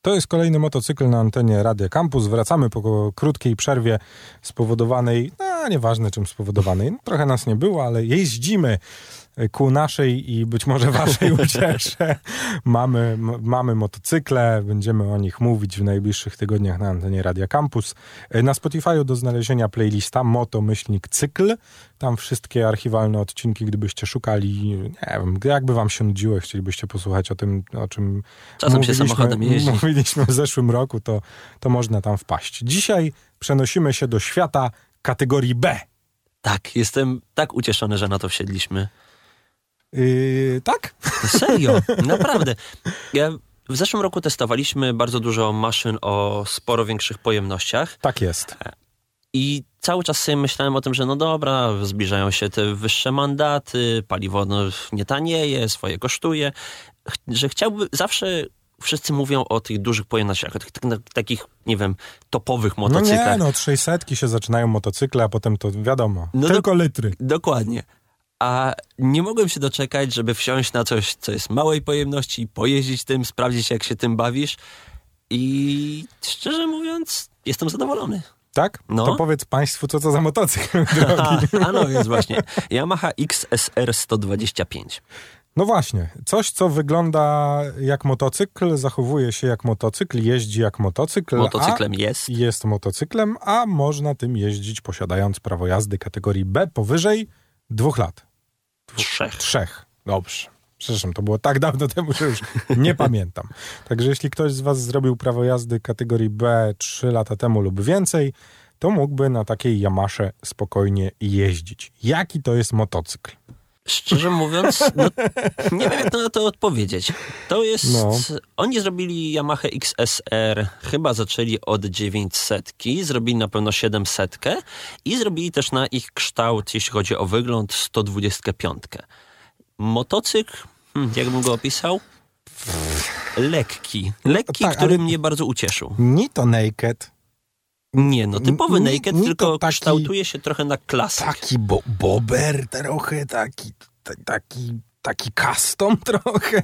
To jest kolejny motocykl na antenie Radia Campus. Wracamy po krótkiej przerwie spowodowanej, nieważne czym spowodowanej. Trochę nas nie było, ale jeździmy ku naszej i być może waszej uciesze. Mamy motocykle, będziemy o nich mówić w najbliższych tygodniach na antenie Radia Campus. Na Spotify'u do znalezienia playlista Moto-Cykl. Tam wszystkie archiwalne odcinki, gdybyście szukali, nie wiem, jakby wam się nudziło, chcielibyście posłuchać o tym, o czym czasem się samochodem jeździ. Mówiliśmy w zeszłym roku, to można tam wpaść. Dzisiaj przenosimy się do świata kategorii B. Tak, jestem tak ucieszony, że na to wsiedliśmy. Tak? Serio, naprawdę. W zeszłym roku testowaliśmy bardzo dużo maszyn o sporo większych pojemnościach. Tak jest. I cały czas sobie myślałem o tym, że no dobra, zbliżają się te wyższe mandaty, paliwo nie tanieje, swoje kosztuje, że chciałby zawsze... Wszyscy mówią o tych dużych pojemnościach, o tych takich, nie wiem, topowych motocyklach. Od 600 się zaczynają motocykle, a potem to wiadomo, tylko litry. Dokładnie. A nie mogłem się doczekać, żeby wsiąść na coś, co jest małej pojemności, pojeździć tym, sprawdzić, jak się tym bawisz. I szczerze mówiąc, jestem zadowolony. Tak? No. To powiedz państwu, co to za motocykl, drogi. No jest właśnie. Yamaha XSR 125. No właśnie, coś co wygląda jak motocykl, zachowuje się jak motocykl, jeździ jak motocykl. Motocyklem jest motocyklem, a można tym jeździć posiadając prawo jazdy kategorii B powyżej 2 lat. 3. Dobrze. Przepraszam, to było tak dawno temu, że już nie pamiętam. Także jeśli ktoś z was zrobił prawo jazdy kategorii B 3 lata temu lub więcej, to mógłby na takiej Yamasze spokojnie jeździć. Jaki to jest motocykl? Szczerze mówiąc, nie wiem jak na to odpowiedzieć. To jest... Oni zrobili Yamaha XSR, chyba zaczęli od 900, zrobili na pewno 700 i zrobili też na ich kształt, jeśli chodzi o wygląd, 125. Motocykl, jakbym go opisał? Lekki, tak, który mnie bardzo ucieszył. Nie to naked. Nie, typowy naked, tylko taki, kształtuje się trochę na klasyk. Taki bober trochę, taki custom trochę.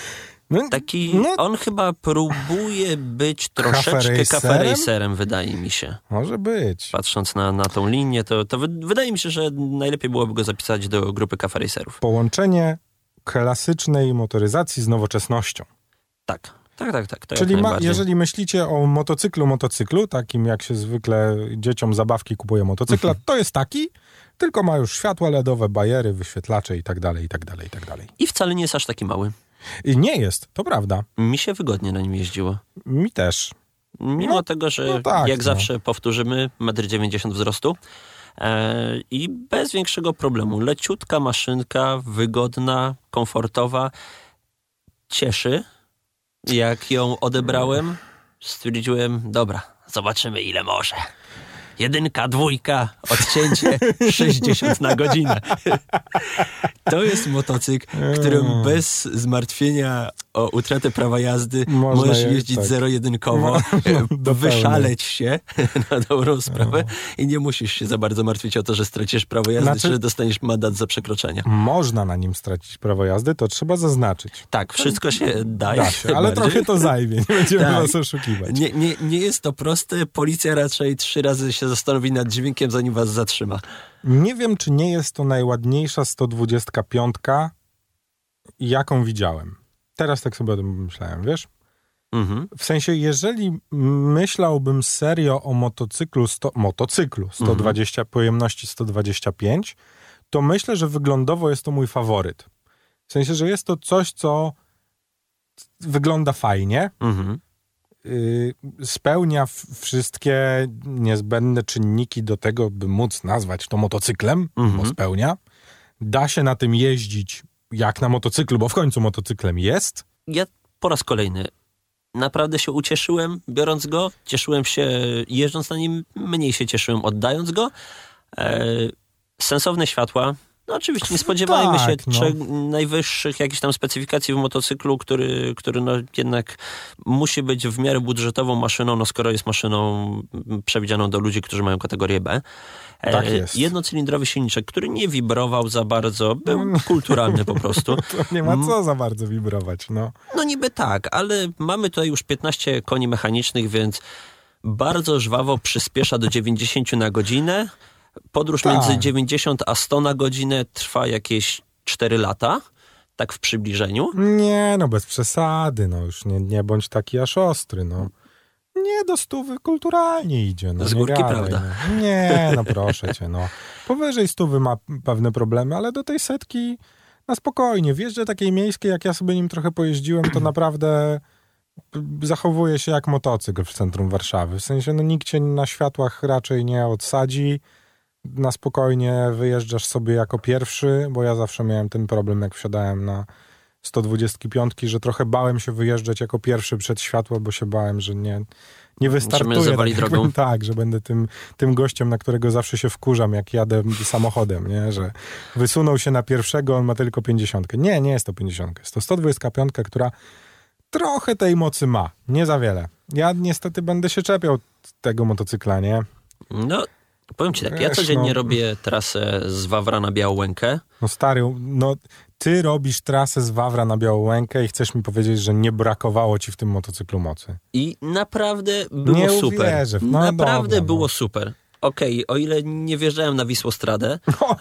On chyba próbuje być troszeczkę cafe racerem, wydaje mi się. Może być. Patrząc na tą linię, to wydaje mi się, że najlepiej byłoby go zapisać do grupy cafe racerów. Połączenie klasycznej motoryzacji z nowoczesnością. Tak. Czyli jeżeli myślicie o motocyklu, takim jak się zwykle dzieciom zabawki kupuje motocykla, to jest taki, tylko ma już światła LEDowe, bajery, wyświetlacze i tak dalej. I wcale nie jest aż taki mały. Nie jest, to prawda. Mi się wygodnie na nim jeździło. Mi też. Mimo tego, że zawsze powtórzymy 1,90 m wzrostu i bez większego problemu. Leciutka maszynka, wygodna, komfortowa, cieszy. Jak ją odebrałem, stwierdziłem, dobra, zobaczymy ile może. 1, 2, odcięcie 60 na godzinę. To jest motocykl, którym bez zmartwienia o utratę prawa jazdy możesz jeździć zero-jedynkowo, wyszaleć się na dobrą sprawę i nie musisz się za bardzo martwić o to, że stracisz prawo jazdy, czy że dostaniesz mandat za przekroczenie. Można na nim stracić prawo jazdy, to trzeba zaznaczyć. Tak, wszystko się daje. Da się, ale trochę to zajmie, nie będziemy was oszukiwać. Nie jest to proste, policja raczej 3 razy się zastanowi nad dźwiękiem, zanim was zatrzyma. Nie wiem, czy nie jest to najładniejsza 125, jaką widziałem. Teraz tak sobie o tym myślałem, wiesz? W sensie, jeżeli myślałbym serio o motocyklu 120, pojemności 125, to myślę, że wyglądowo jest to mój faworyt. W sensie, że jest to coś, co wygląda fajnie, spełnia wszystkie niezbędne czynniki do tego, by móc nazwać to motocyklem, bo spełnia. Da się na tym jeździć jak na motocyklu, bo w końcu motocyklem jest. Ja po raz kolejny naprawdę się ucieszyłem, biorąc go. Cieszyłem się jeżdżąc na nim, mniej się cieszyłem oddając go. Sensowne światła, No oczywiście, nie spodziewajmy się najwyższych jakichś tam specyfikacji w motocyklu, który no jednak musi być w miarę budżetową maszyną, no skoro jest maszyną przewidzianą do ludzi, którzy mają kategorię B. Tak jest. Jednocylindrowy silniczek, który nie wibrował za bardzo, był kulturalny po prostu. To nie ma co za bardzo wibrować, no. No niby tak, ale mamy tutaj już 15 koni mechanicznych, więc bardzo żwawo przyspiesza do 90 na godzinę. Podróż między 90 a 100 na godzinę trwa jakieś 4 lata, tak w przybliżeniu. Nie, no bez przesady, no już nie bądź taki aż ostry, no. Nie, do 100 kulturalnie idzie. No, z górki, prawda? No. Nie, no proszę cię, no. Powyżej 100 ma pewne problemy, ale do tej 100 na spokojnie. W jeździe takiej miejskiej, jak ja sobie nim trochę pojeździłem, to naprawdę zachowuje się jak motocykl w centrum Warszawy. W sensie, no nikt cię na światłach raczej nie odsadzi. Na spokojnie wyjeżdżasz sobie jako pierwszy, bo ja zawsze miałem ten problem, jak wsiadałem na 125, że trochę bałem się wyjeżdżać jako pierwszy przed światło, bo się bałem, że nie wystartuję. Tak, że będę tym gościem, na którego zawsze się wkurzam, jak jadę samochodem, nie? Że wysunął się na pierwszego, on ma tylko 50. Nie jest to 50. Jest to 125, która trochę tej mocy ma. Nie za wiele. Ja niestety będę się czepiał tego motocykla, nie? No, powiem ci tak, ja codziennie robię trasę z Wawra na Białołękę. No stary, no ty robisz trasę z Wawra na Białołękę i chcesz mi powiedzieć, że nie brakowało ci w tym motocyklu mocy. I naprawdę było super. Uwierzę. No naprawdę dobra, było super. Okej, o ile nie wjeżdżałem na Wisłostradę,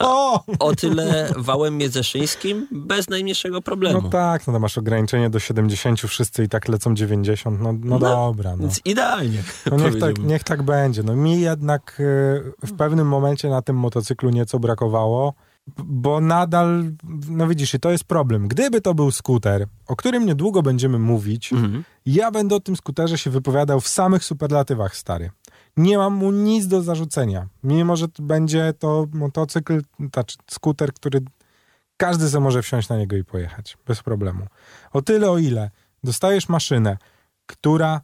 o tyle wałem międzyszyńskim bez najmniejszego problemu. No tak, no to masz ograniczenie do 70, wszyscy i tak lecą 90, no dobra. No. Więc idealnie. No niech tak będzie. No mi jednak w pewnym momencie na tym motocyklu nieco brakowało, bo nadal, no widzisz, i to jest problem. Gdyby to był skuter, o którym niedługo będziemy mówić, ja będę o tym skuterze się wypowiadał w samych superlatywach, stary. Nie mam mu nic do zarzucenia. Mimo, że będzie to motocykl, skuter, który każdy sobie może wsiąść na niego i pojechać. Bez problemu. O tyle, o ile dostajesz maszynę, która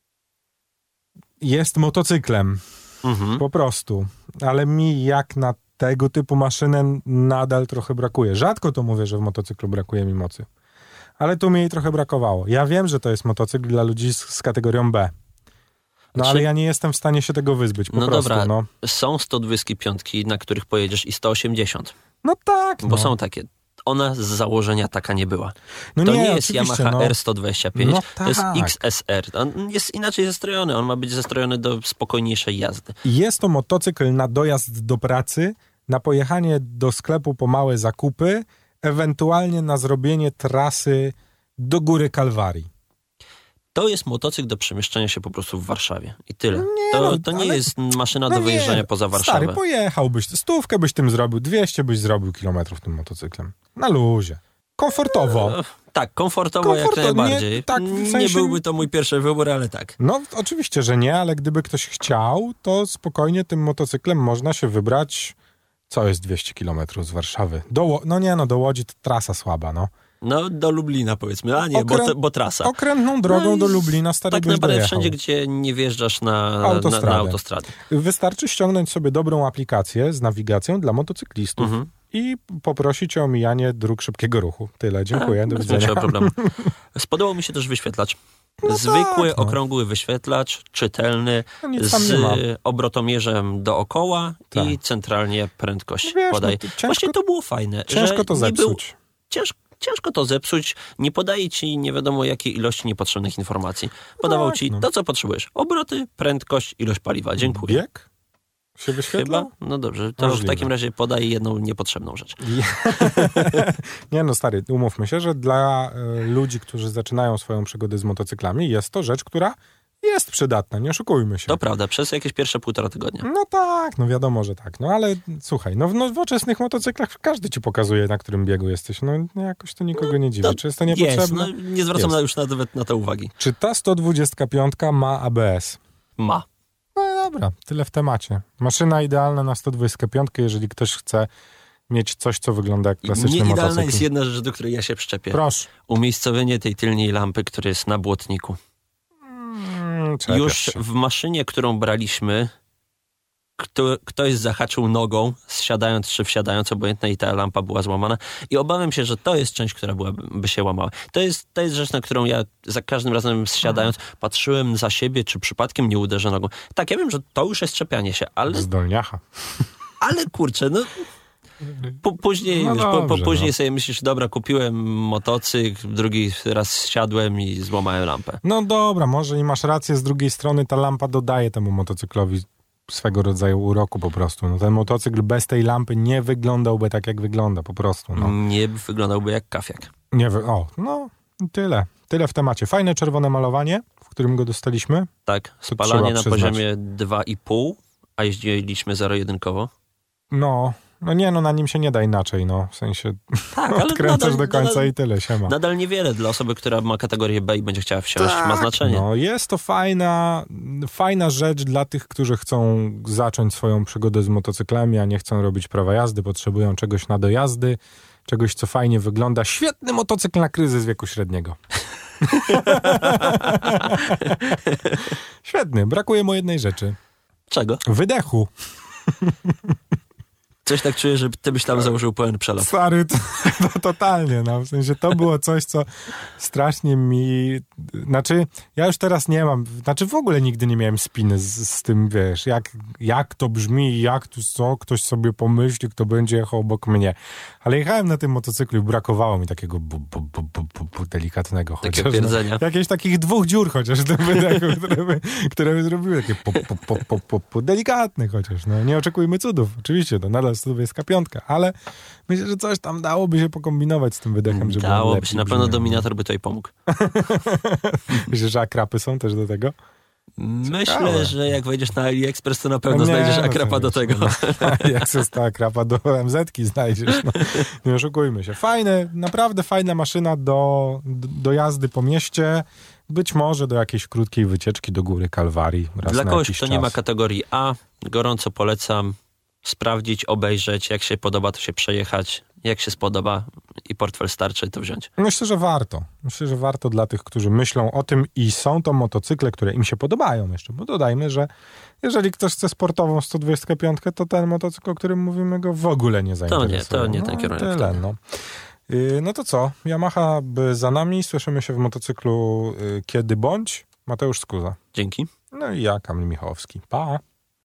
jest motocyklem. Po prostu. Ale mi jak na tego typu maszynę nadal trochę brakuje. Rzadko to mówię, że w motocyklu brakuje mi mocy. Ale tu mi jej trochę brakowało. Ja wiem, że to jest motocykl dla ludzi z kategorią B. No ale ja nie jestem w stanie się tego wyzbyć, po prostu. Dobra, no. Są 125, na których pojedziesz i 180. No tak. Bo są takie. Ona z założenia taka nie była. No to nie jest Yamaha R125, no tak. To jest XSR. On jest inaczej zestrojony, on ma być zestrojony do spokojniejszej jazdy. Jest to motocykl na dojazd do pracy, na pojechanie do sklepu po małe zakupy, ewentualnie na zrobienie trasy do Góry Kalwarii. To jest motocykl do przemieszczania się po prostu w Warszawie. I tyle. To nie ale... jest maszyna do wyjeżdżania poza Warszawę. Stary, pojechałbyś, 100 byś tym zrobił, 200 byś zrobił kilometrów tym motocyklem. Na luzie. Komfortowo. Tak, komfortowo jak najbardziej. Nie, tak, w sensie... nie byłby to mój pierwszy wybór, ale tak. No, oczywiście, że nie, ale gdyby ktoś chciał, to spokojnie tym motocyklem można się wybrać. Co jest 200 kilometrów z Warszawy? Do Łodzi to trasa słaba, no. No, do Lublina powiedzmy, a nie, bo trasa. Okrętną drogą do Lublina stary tak byś naprawdę dojechał. Wszędzie, gdzie nie wjeżdżasz na autostradę. Wystarczy ściągnąć sobie dobrą aplikację z nawigacją dla motocyklistów i poprosić o omijanie dróg szybkiego ruchu. Tyle, dziękuję, do widzenia. Bez problemu. Spodobał mi się też wyświetlacz. Zwykły, okrągły wyświetlacz, czytelny, z obrotomierzem dookoła i centralnie prędkość podaje. Właśnie to było fajne. Ciężko to zepsuć. Ciężko to zepsuć, nie podaje ci nie wiadomo jakiej ilości niepotrzebnych informacji. Podawał ci to, co potrzebujesz. Obroty, prędkość, ilość paliwa. Dziękuję. Bieg? Się wyświetla? Chyba? No dobrze, to w takim razie podaję jedną niepotrzebną rzecz. Nie no stary, umówmy się, że dla ludzi, którzy zaczynają swoją przygodę z motocyklami, jest to rzecz, która jest przydatna, nie oszukujmy się. To prawda, przez jakieś pierwsze 1,5 tygodnia. No tak, no wiadomo, że tak. No ale słuchaj, w nowoczesnych motocyklach każdy ci pokazuje, na którym biegu jesteś. No jakoś to nikogo nie dziwi. Czy jest to niepotrzebne? Jest, nie zwracam już nawet na to uwagi. Czy ta 125 ma ABS? Ma. No dobra, tyle w temacie. Maszyna idealna na 125, jeżeli ktoś chce mieć coś, co wygląda jak klasyczny motocykl. Nieidealna jest jedna rzecz, do której ja się przyczepię. Proszę. Umiejscowienie tej tylnej lampy, która jest na błotniku. Już w maszynie, którą braliśmy, ktoś zahaczył nogą, zsiadając czy wsiadając, obojętnie, i ta lampa była złamana. I obawiam się, że to jest część, która by się łamała. To jest rzecz, na którą ja za każdym razem zsiadając patrzyłem za siebie, czy przypadkiem nie uderzę nogą. Tak, ja wiem, że to już jest czepianie się, ale... Zdolniacha. Ale kurczę, później, później sobie myślisz, dobra, kupiłem motocykl, drugi raz siadłem i złamałem lampę. No dobra, może i masz rację, z drugiej strony ta lampa dodaje temu motocyklowi swego rodzaju uroku po prostu. No, ten motocykl bez tej lampy nie wyglądałby tak, jak wygląda po prostu. No. Nie wyglądałby jak kafiak. Tyle. Tyle w temacie. Fajne czerwone malowanie, w którym go dostaliśmy. Tak, spalanie na poziomie 2,5, a jeździliśmy zero-jedynkowo. Na nim się nie da inaczej, w sensie tak, ale odkręcasz do końca i tyle, siema. Nadal niewiele dla osoby, która ma kategorię B i będzie chciała wsiąść, ma znaczenie. Jest to fajna rzecz dla tych, którzy chcą zacząć swoją przygodę z motocyklami, a nie chcą robić prawa jazdy, potrzebują czegoś na dojazdy, czegoś, co fajnie wygląda. Świetny motocykl na kryzys wieku średniego. Świetny, brakuje mu jednej rzeczy. Czego? Wydechu. Coś tak czuję, że ty byś tam założył pełen przelot. Stary, to totalnie, w sensie to było coś, co strasznie mi... ja już teraz nie mam, w ogóle nigdy nie miałem spiny z tym, wiesz, jak to brzmi, ktoś sobie pomyśli, kto będzie jechał obok mnie. Ale jechałem na tym motocyklu i brakowało mi takiego delikatnego chociaż. Takie pierdzenia. Jakichś takich 2 dziur chociaż w tym wydechu, które by zrobiły takie delikatne chociaż. Nie oczekujmy cudów. Oczywiście, to nadal cudów jest K5, ale myślę, że coś tam dałoby się pokombinować z tym wydechem, żeby dałoby się, na pewno Dominator by tutaj pomógł. Myślisz, że akrapy są też do tego? Myślę, że jak wejdziesz na AliExpress, to na pewno znajdziesz akrapa do tego. AliExpress to akrapa do MZ-ki znajdziesz. Nie oszukujmy się. Naprawdę fajna maszyna do jazdy po mieście. Być może do jakiejś krótkiej wycieczki do góry Kalwarii. Dla kogoś, kto nie ma kategorii A, gorąco polecam sprawdzić, obejrzeć. Jak się podoba, to się przejechać. Jak się spodoba i portfel starczy, to wziąć. Myślę, że warto. Myślę, że warto dla tych, którzy myślą o tym i są to motocykle, które im się podobają jeszcze. Bo dodajmy, że jeżeli ktoś chce sportową 125, to ten motocykl, o którym mówimy, go w ogóle nie zainteresuje. To nie ten kierunek. Tyle, No to co? Yamaha za nami. Słyszymy się w motocyklu kiedy bądź. Mateusz Skuza. Dzięki. No i ja, Kamil Michałowski. Pa!